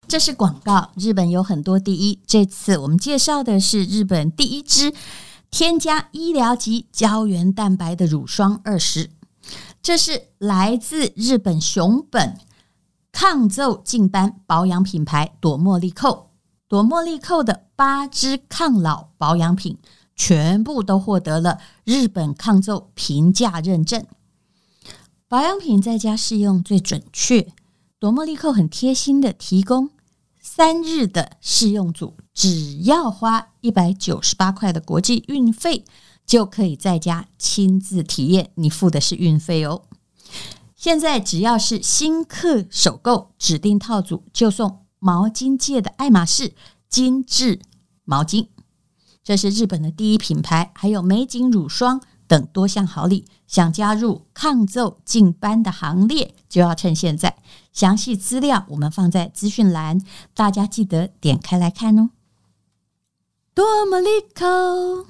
这是广告，日本有很多第一。这次我们介绍的是日本第一支添加医疗级胶原蛋白的乳霜20，这是来自日本熊本抗皱净斑保养品牌朵茉莉蔻。朵茉莉蔻的8支抗老保养品全部都获得了日本抗皱评价认证。保养品在家试用最准确，朵茉莉蔻很贴心的提供3日的试用组，只要花198块的国际运费就可以在家亲自体验，你付的是运费哦。现在只要是新客首购指定套组，就送毛巾界的爱马仕精致毛巾，这是日本的第一品牌，还有美景乳霜等多项好礼。想加入抗皱净斑的行列，就要趁现在。详细资料我们放在资讯栏，大家记得点开来看哦。朵茉莉蔻，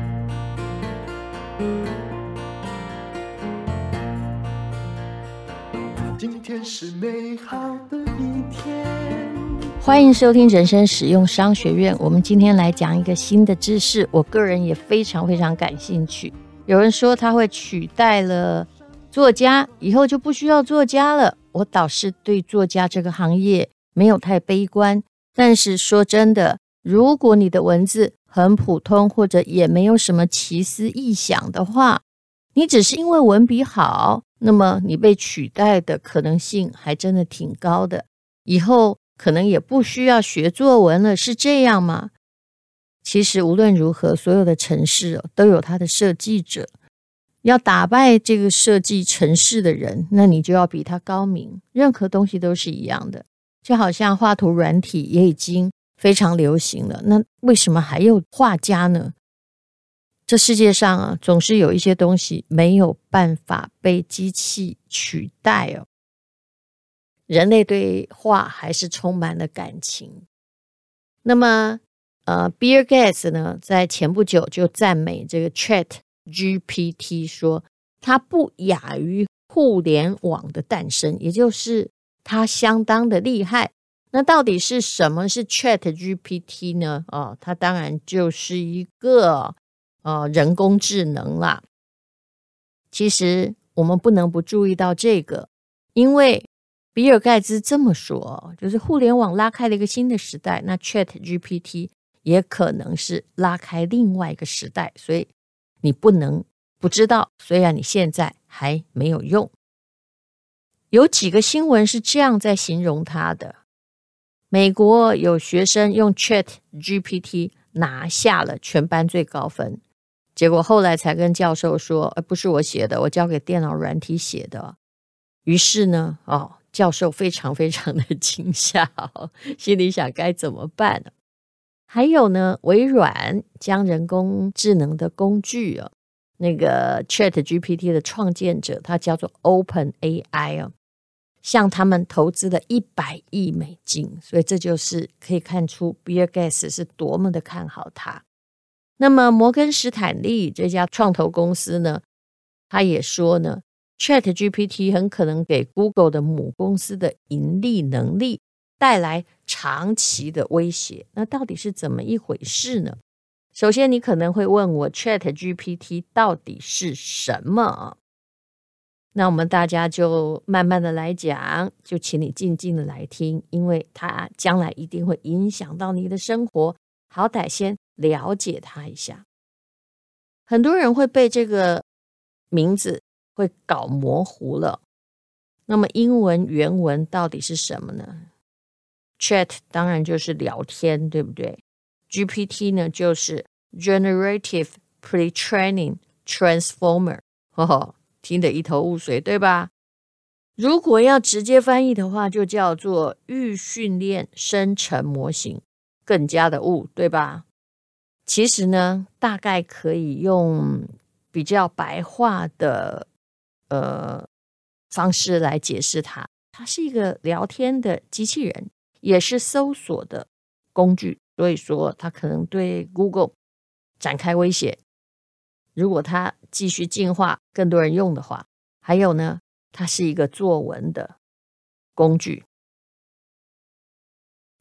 今天是美好的一天。 欢迎收听人生实用商学院。我们今天来讲一个新的知识，我个人也非常非常感兴趣。有人说它会取代了作家，以后就不需要作家了。我倒是对作家这个行业没有太悲观，但是说真的，如果你的文字很普通，或者也没有什么奇思异想的话，你只是因为文笔好，那么你被取代的可能性还真的挺高的。以后可能也不需要学作文了，是这样吗？其实无论如何，所有的程式都有它的设计者，要打败这个设计程式的人，那你就要比他高明。任何东西都是一样的，就好像画图软体也已经非常流行了，那为什么还有画家呢？这世界上总是有一些东西没有办法被机器取代哦。人类对画还是充满了感情。那么Bill Gates 呢，在前不久就赞美这个 ChatGPT 说，它不亚于互联网的诞生，也就是它相当的厉害。那到底是什么是 ChatGPT 呢？它当然就是一个人工智能啦。其实我们不能不注意到这个，因为比尔盖茨这么说，就是互联网拉开了一个新的时代，那 ChatGPT 也可能是拉开另外一个时代，所以你不能不知道，虽然你现在还没有用。有几个新闻是这样在形容它的。美国有学生用 ChatGPT 拿下了全班最高分，结果后来才跟教授说，不是我写的，我交给电脑软体写的。于是呢，教授非常非常的惊吓，心里想该怎么办呢？还有呢，微软将人工智能的工具那个 ChatGPT 的创建者，他叫做 OpenAI 向他们投资了$100亿，所以这就是可以看出 Bill Gates 是多么的看好他。那么摩根士坦利这家创投公司呢，他也说呢， ChatGPT 很可能给 Google 的母公司的盈利能力带来长期的威胁。那到底是怎么一回事呢？首先你可能会问我 ChatGPT 到底是什么？那我们大家就慢慢的来讲，就请你静静的来听，因为它将来一定会影响到你的生活，好歹先了解它一下。很多人会被这个名字会搞模糊了。那么英文原文到底是什么呢？ Chat 当然就是聊天，对不对？ GPT 呢就是 Generative Pre-training Transformer， 听得一头雾水，对吧？如果要直接翻译的话，就叫做预训练生成模型，更加的雾，对吧？其实呢，大概可以用比较白话的方式来解释它。它是一个聊天的机器人，也是搜索的工具，所以说它可能对 Google 展开威胁。如果它继续进化，更多人用的话，还有呢，它是一个作文的工具。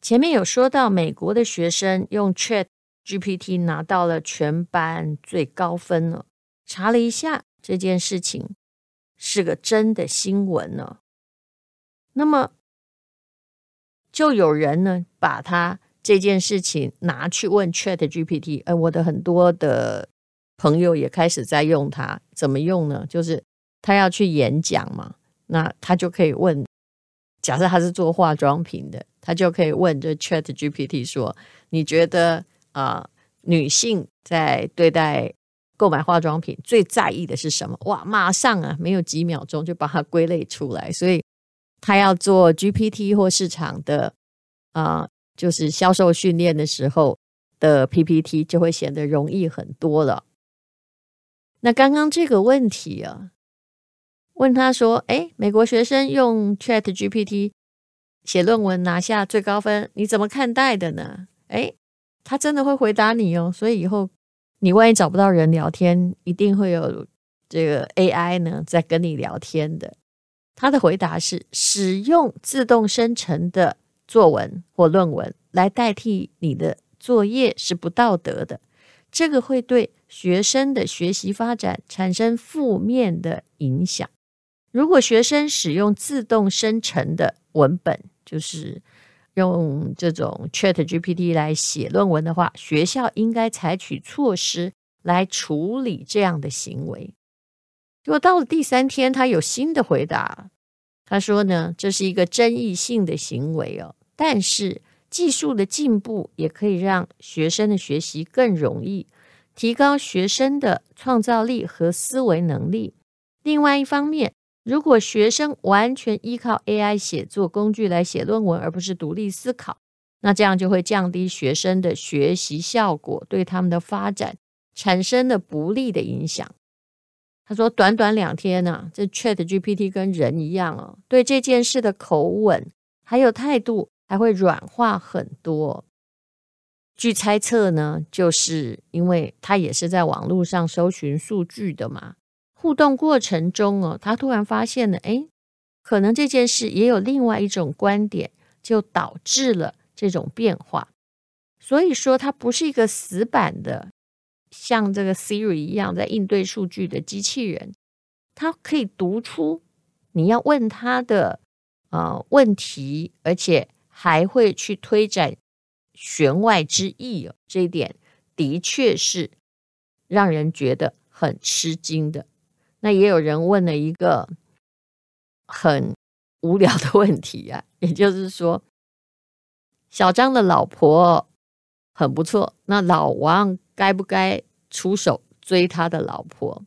前面有说到美国的学生用 ChatGPT 拿到了全班最高分了，查了一下这件事情是个真的新闻呢。那么就有人呢把他这件事情拿去问 ChatGPT，我的很多的朋友也开始在用它。怎么用呢？就是他要去演讲嘛，那他就可以问，假设他是做化妆品的，他就可以问这 ChatGPT 说，你觉得女性在对待购买化妆品最在意的是什么？哇，马上没有几秒钟就把它归类出来。所以他要做 GPT 或市场的就是销售训练的时候的 PPT 就会显得容易很多了。那刚刚这个问题问他说，美国学生用 ChatGPT 写论文拿下最高分，你怎么看待的呢？他真的会回答你哦。所以以后你万一找不到人聊天，一定会有这个 AI 呢在跟你聊天的。他的回答是，使用自动生成的作文或论文来代替你的作业是不道德的，这个会对学生的学习发展产生负面的影响。如果学生使用自动生成的文本，就是用这种 ChatGPT 来写论文的话，学校应该采取措施来处理这样的行为。结果到了第3天，他有新的回答。他说呢，这是一个争议性的行为但是技术的进步也可以让学生的学习更容易，提高学生的创造力和思维能力。另外一方面，如果学生完全依靠 AI 写作工具来写论文，而不是独立思考，那这样就会降低学生的学习效果，对他们的发展产生了不利的影响。他说短短2天这 ChatGPT 跟人一样对这件事的口吻还有态度还会软化很多。据猜测呢，就是因为他也是在网络上搜寻数据的嘛，互动过程中他突然发现了可能这件事也有另外一种观点，就导致了这种变化。所以说它不是一个死板的像这个 Siri 一样在应对数据的机器人，它可以读出你要问它的问题，而且还会去推展弦外之意这一点的确是让人觉得很吃惊的。那也有人问了一个很无聊的问题也就是说，小张的老婆很不错，那老王该不该出手追他的老婆？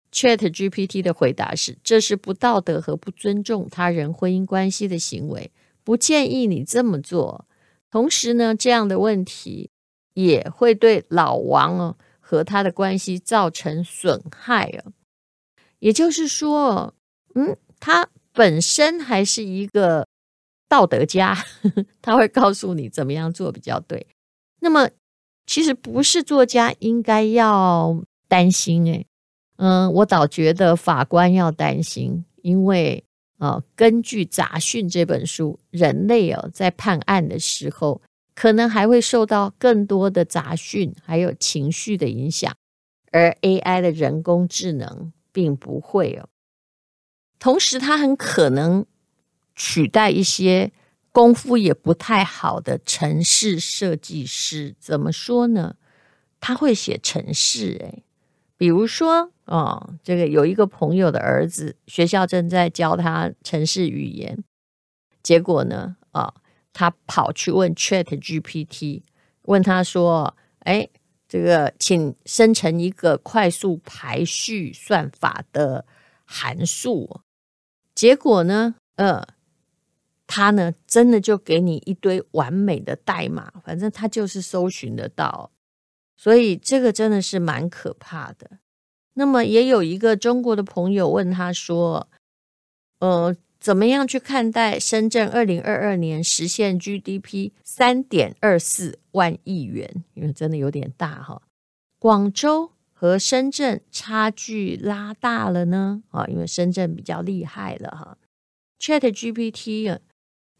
ChatGPT 的回答是，这是不道德和不尊重他人婚姻关系的行为，不建议你这么做。同时呢，这样的问题也会对老王和他的关系造成损害也就是说他本身还是一个道德家他会告诉你怎么样做比较对。那么其实不是作家应该要担心我倒觉得法官要担心，因为根据《杂讯》这本书，人类在判案的时候可能还会受到更多的杂讯还有情绪的影响，而 AI 的人工智能并不会同时它很可能取代一些功夫也不太好的程式设计师。怎么说呢？他会写程式比如说这个有一个朋友的儿子，学校正在教他程式语言，结果呢他跑去问 ChatGPT， 问他说这个请生成一个快速排序算法的函数。结果呢他呢真的就给你一堆完美的代码，反正他就是搜寻得到。所以这个真的是蛮可怕的。那么也有一个中国的朋友问他说怎么样去看待深圳2022年实现 GDP 3.24万亿元，因为真的有点大广州和深圳差距拉大了呢因为深圳比较厉害了ChatGPT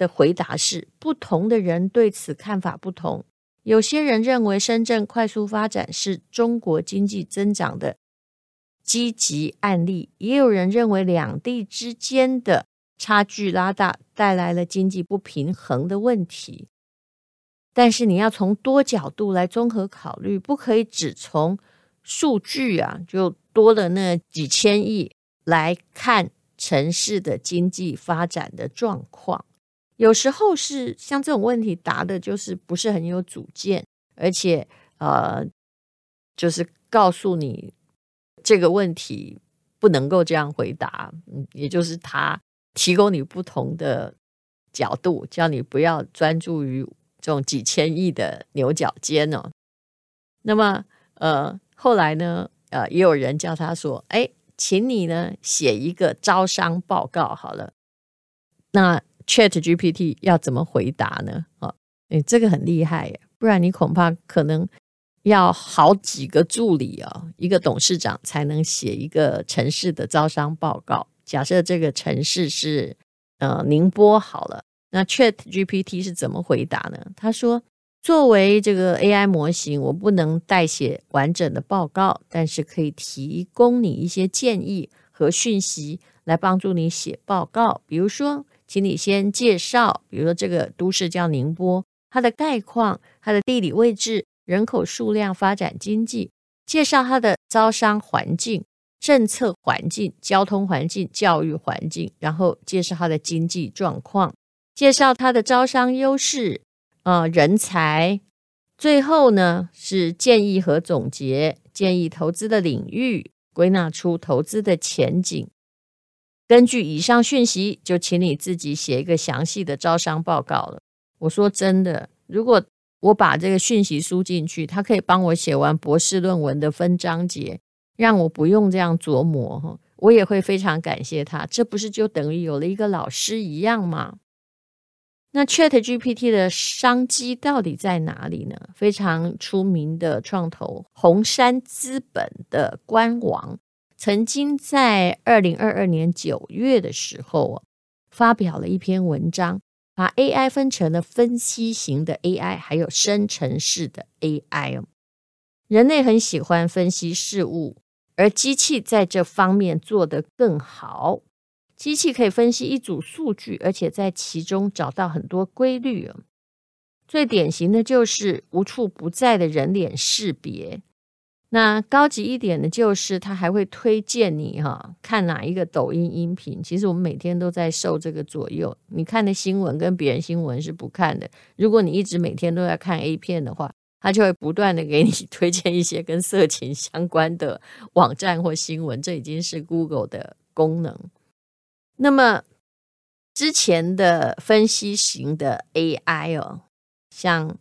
的回答是，不同的人对此看法不同。有些人认为深圳快速发展是中国经济增长的积极案例，也有人认为两地之间的差距拉大，带来了经济不平衡的问题。但是你要从多角度来综合考虑，不可以只从数据就多了那几千亿来看城市的经济发展的状况。有时候是像这种问题答的就是不是很有主见，而且就是告诉你这个问题不能够这样回答，也就是他提供你不同的角度，叫你不要专注于这种几千亿的牛角尖那么后来呢也有人叫他说，请你呢写一个招商报告好了。那 ChatGPT 要怎么回答呢？这个很厉害耶，不然你恐怕可能要好几个助理一个董事长才能写一个城市的招商报告。假设这个城市是宁波好了，那 ChatGPT 是怎么回答呢？他说，作为这个 AI 模型，我不能代写完整的报告，但是可以提供你一些建议和讯息来帮助你写报告。比如说请你先介绍，比如说这个都市叫宁波，它的概况、它的地理位置、人口数量、发展经济，介绍它的招商环境、政策环境、交通环境、教育环境，然后介绍它的经济状况，介绍它的招商优势、人才，最后呢是建议和总结，建议投资的领域，归纳出投资的前景。根据以上讯息，就请你自己写一个详细的招商报告了。我说真的，如果我把这个讯息输进去，他可以帮我写完博士论文的分章节，让我不用这样琢磨，我也会非常感谢他。这不是就等于有了一个老师一样吗？那 ChatGPT 的商机到底在哪里呢？非常出名的创投红杉资本的官网曾经在2022年9月的时候发表了一篇文章，把 AI 分成了分析型的 AI 还有生成式的 AI。 人类很喜欢分析事物，而机器在这方面做得更好。机器可以分析一组数据，而且在其中找到很多规律。最典型的就是无处不在的人脸识别。那高级一点的就是它还会推荐你看哪一个抖音音频。其实我们每天都在受这个左右，你看的新闻跟别人新闻是不看的。如果你一直每天都在看 A 片的话，它就会不断的给你推荐一些跟色情相关的网站或新闻，这已经是 Google 的功能。那么之前的分析型的 AI 像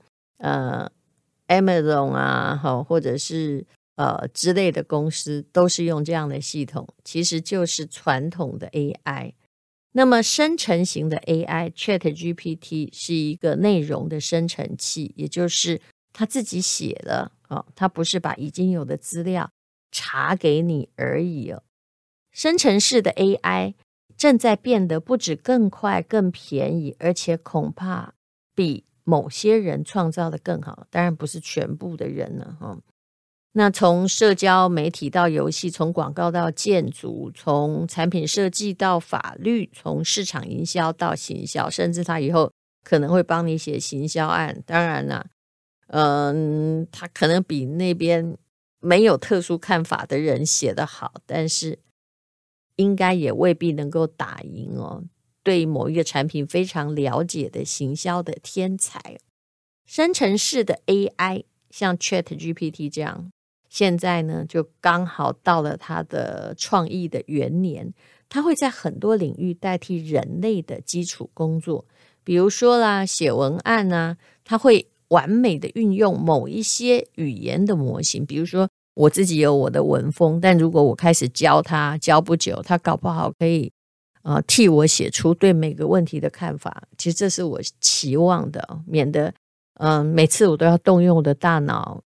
Amazon 或者是之类的公司都是用这样的系统，其实就是传统的 AI。 那么生成型的 AI ChatGPT 是一个内容的生成器，也就是它自己写了它不是把已经有的资料查给你而已生成式的 AI 正在变得不止更快更便宜，而且恐怕比某些人创造的更好，当然不是全部的人了那从社交媒体到游戏，从广告到建筑，从产品设计到法律，从市场营销到行销，甚至他以后可能会帮你写行销案。当然啦他可能比那边没有特殊看法的人写得好，但是应该也未必能够打赢对某一个产品非常了解的行销的天才。生成式的 AI 像 ChatGPT 这样，现在呢就刚好到了它的创意的元年，它会在很多领域代替人类的基础工作。比如说啦，写文案它会完美的运用某一些语言的模型。比如说我自己有我的文风，但如果我开始教它，教不久它搞不好可以替我写出对每个问题的看法。其实这是我期望的，免得每次我都要动用我的大脑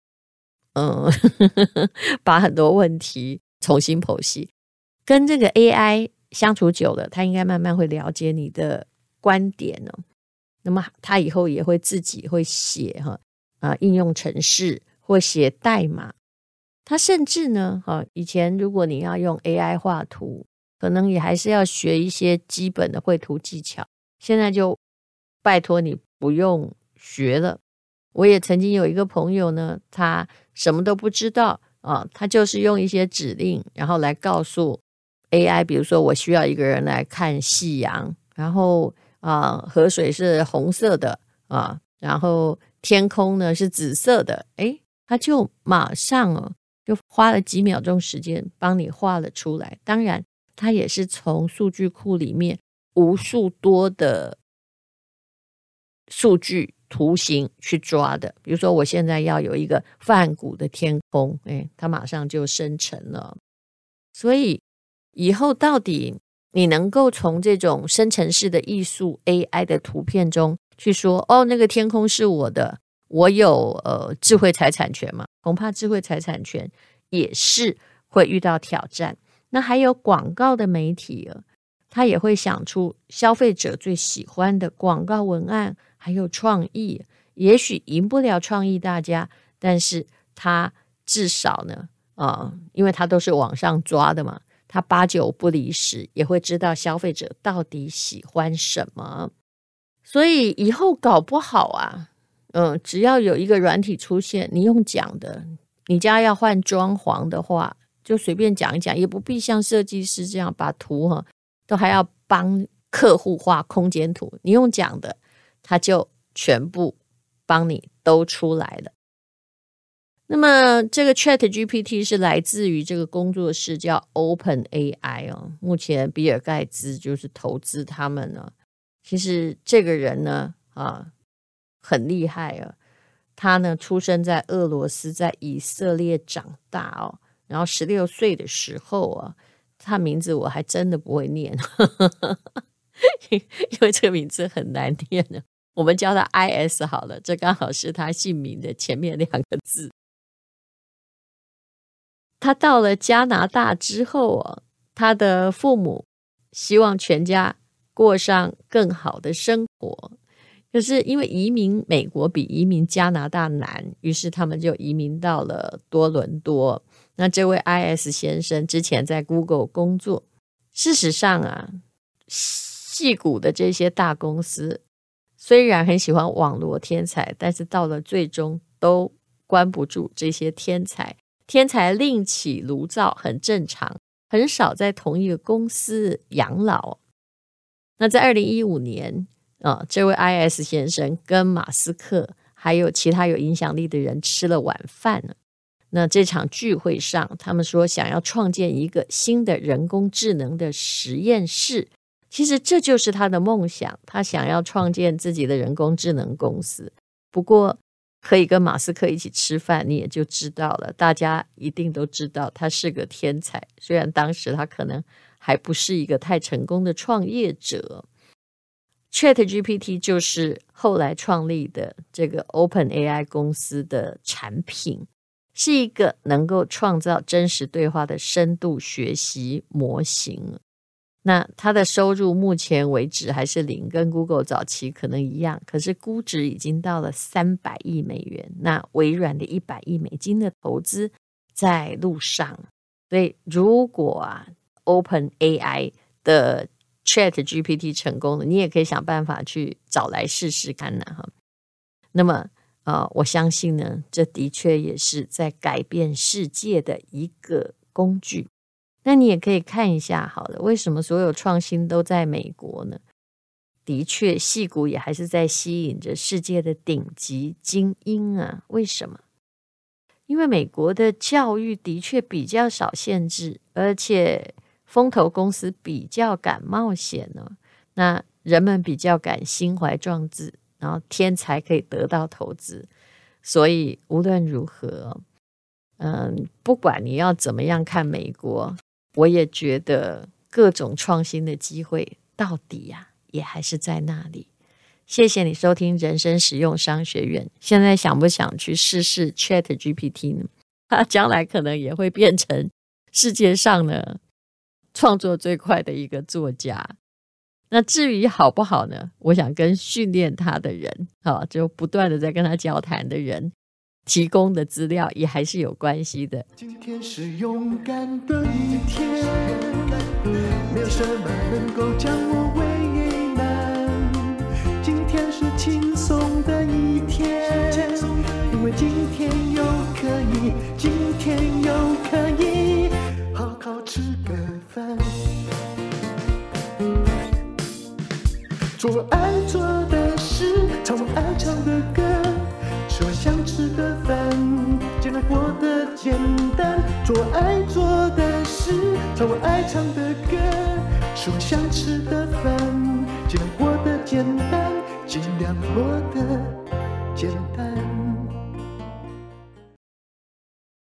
把很多问题重新剖析。跟这个 AI 相处久了，它应该慢慢会了解你的观点那么他以后也会自己会写应用程式或写代码。他甚至呢以前如果你要用 AI 画图，可能也还是要学一些基本的绘图技巧，现在就拜托你不用学了。我也曾经有一个朋友呢，他什么都不知道他就是用一些指令，然后来告诉 AI， 比如说我需要一个人来看夕阳，然后河水是红色的然后天空呢是紫色的，他就马上就花了几秒钟时间帮你画了出来。当然他也是从数据库里面无数多的数据图形去抓的。比如说我现在要有一个梵谷的天空，它马上就生成了。所以以后到底你能够从这种生成式的艺术 AI 的图片中去说那个天空是我的，我有智慧财产权嘛？恐怕智慧财产权也是会遇到挑战。那还有广告的媒体他也会想出消费者最喜欢的广告文案，还有创意。也许赢不了创意大家，但是他至少呢因为他都是往上抓的嘛，他8九不离10，也会知道消费者到底喜欢什么。所以以后搞不好只要有一个软体出现，你用讲的，你家要换装潢的话，就随便讲一讲，也不必像设计师这样把图都还要帮客户画空间图，你用讲的，他就全部帮你都出来了。那么这个 ChatGPT 是来自于这个工作室叫 OpenAI 目前比尔盖茨就是投资他们其实这个人呢很厉害他呢出生在俄罗斯，在以色列长大然后16岁的时候他名字我还真的不会念因为这个名字很难念我们叫他 IS 好了，这刚好是他姓名的前面2个字。他到了加拿大之后他的父母希望全家过上更好的生活，可是因为移民美国比移民加拿大难，于是他们就移民到了多伦多。那这位 IS 先生之前在 Google 工作，事实上矽谷的这些大公司虽然很喜欢网罗天才，但是到了最终都关不住这些天才。天才另起炉灶很正常，很少在同一个公司养老。那在2015年这位 IS 先生跟马斯克还有其他有影响力的人吃了晚饭那这场聚会上，他们说想要创建一个新的人工智能的实验室。其实这就是他的梦想，他想要创建自己的人工智能公司。不过可以跟马斯克一起吃饭，你也就知道了，大家一定都知道他是个天才，虽然当时他可能还不是一个太成功的创业者。ChatGPT 就是后来创立的这个 OpenAI 公司的产品，是一个能够创造真实对话的深度学习模型。那它的收入目前为止还是0，跟 Google 早期可能一样，可是估值已经到了300亿美元，那微软的100亿美金的投资在路上。所以如果OpenAI 的 ChatGPT 成功了，你也可以想办法去找来试试看那么我相信呢，这的确也是在改变世界的一个工具。那你也可以看一下好了，为什么所有创新都在美国呢？的确矽谷也还是在吸引着世界的顶级精英为什么？因为美国的教育的确比较少限制，而且风投公司比较敢冒险那人们比较敢心怀壮志，然后天才可以得到投资。所以无论如何不管你要怎么样看美国，我也觉得各种创新的机会到底也还是在那里。谢谢你收听人生实用商学院。现在想不想去试试 ChatGPT 呢？它将来可能也会变成世界上呢创作最快的一个作家。 那至于好不好呢？我想跟训练他的人，就不断的在跟他交谈的人提供的资料也还是有关系的。 今天是勇敢的一天，没有什么能够将我为难。今天是轻松的一天，因为今天又可以，今天又可以好好吃个饭，做我爱做的事，唱我爱唱的歌，吃我想吃的饭，尽量过得简单。做我爱做的事，唱我爱唱的歌，吃我想吃的饭，尽量过得简单，尽量过得简单。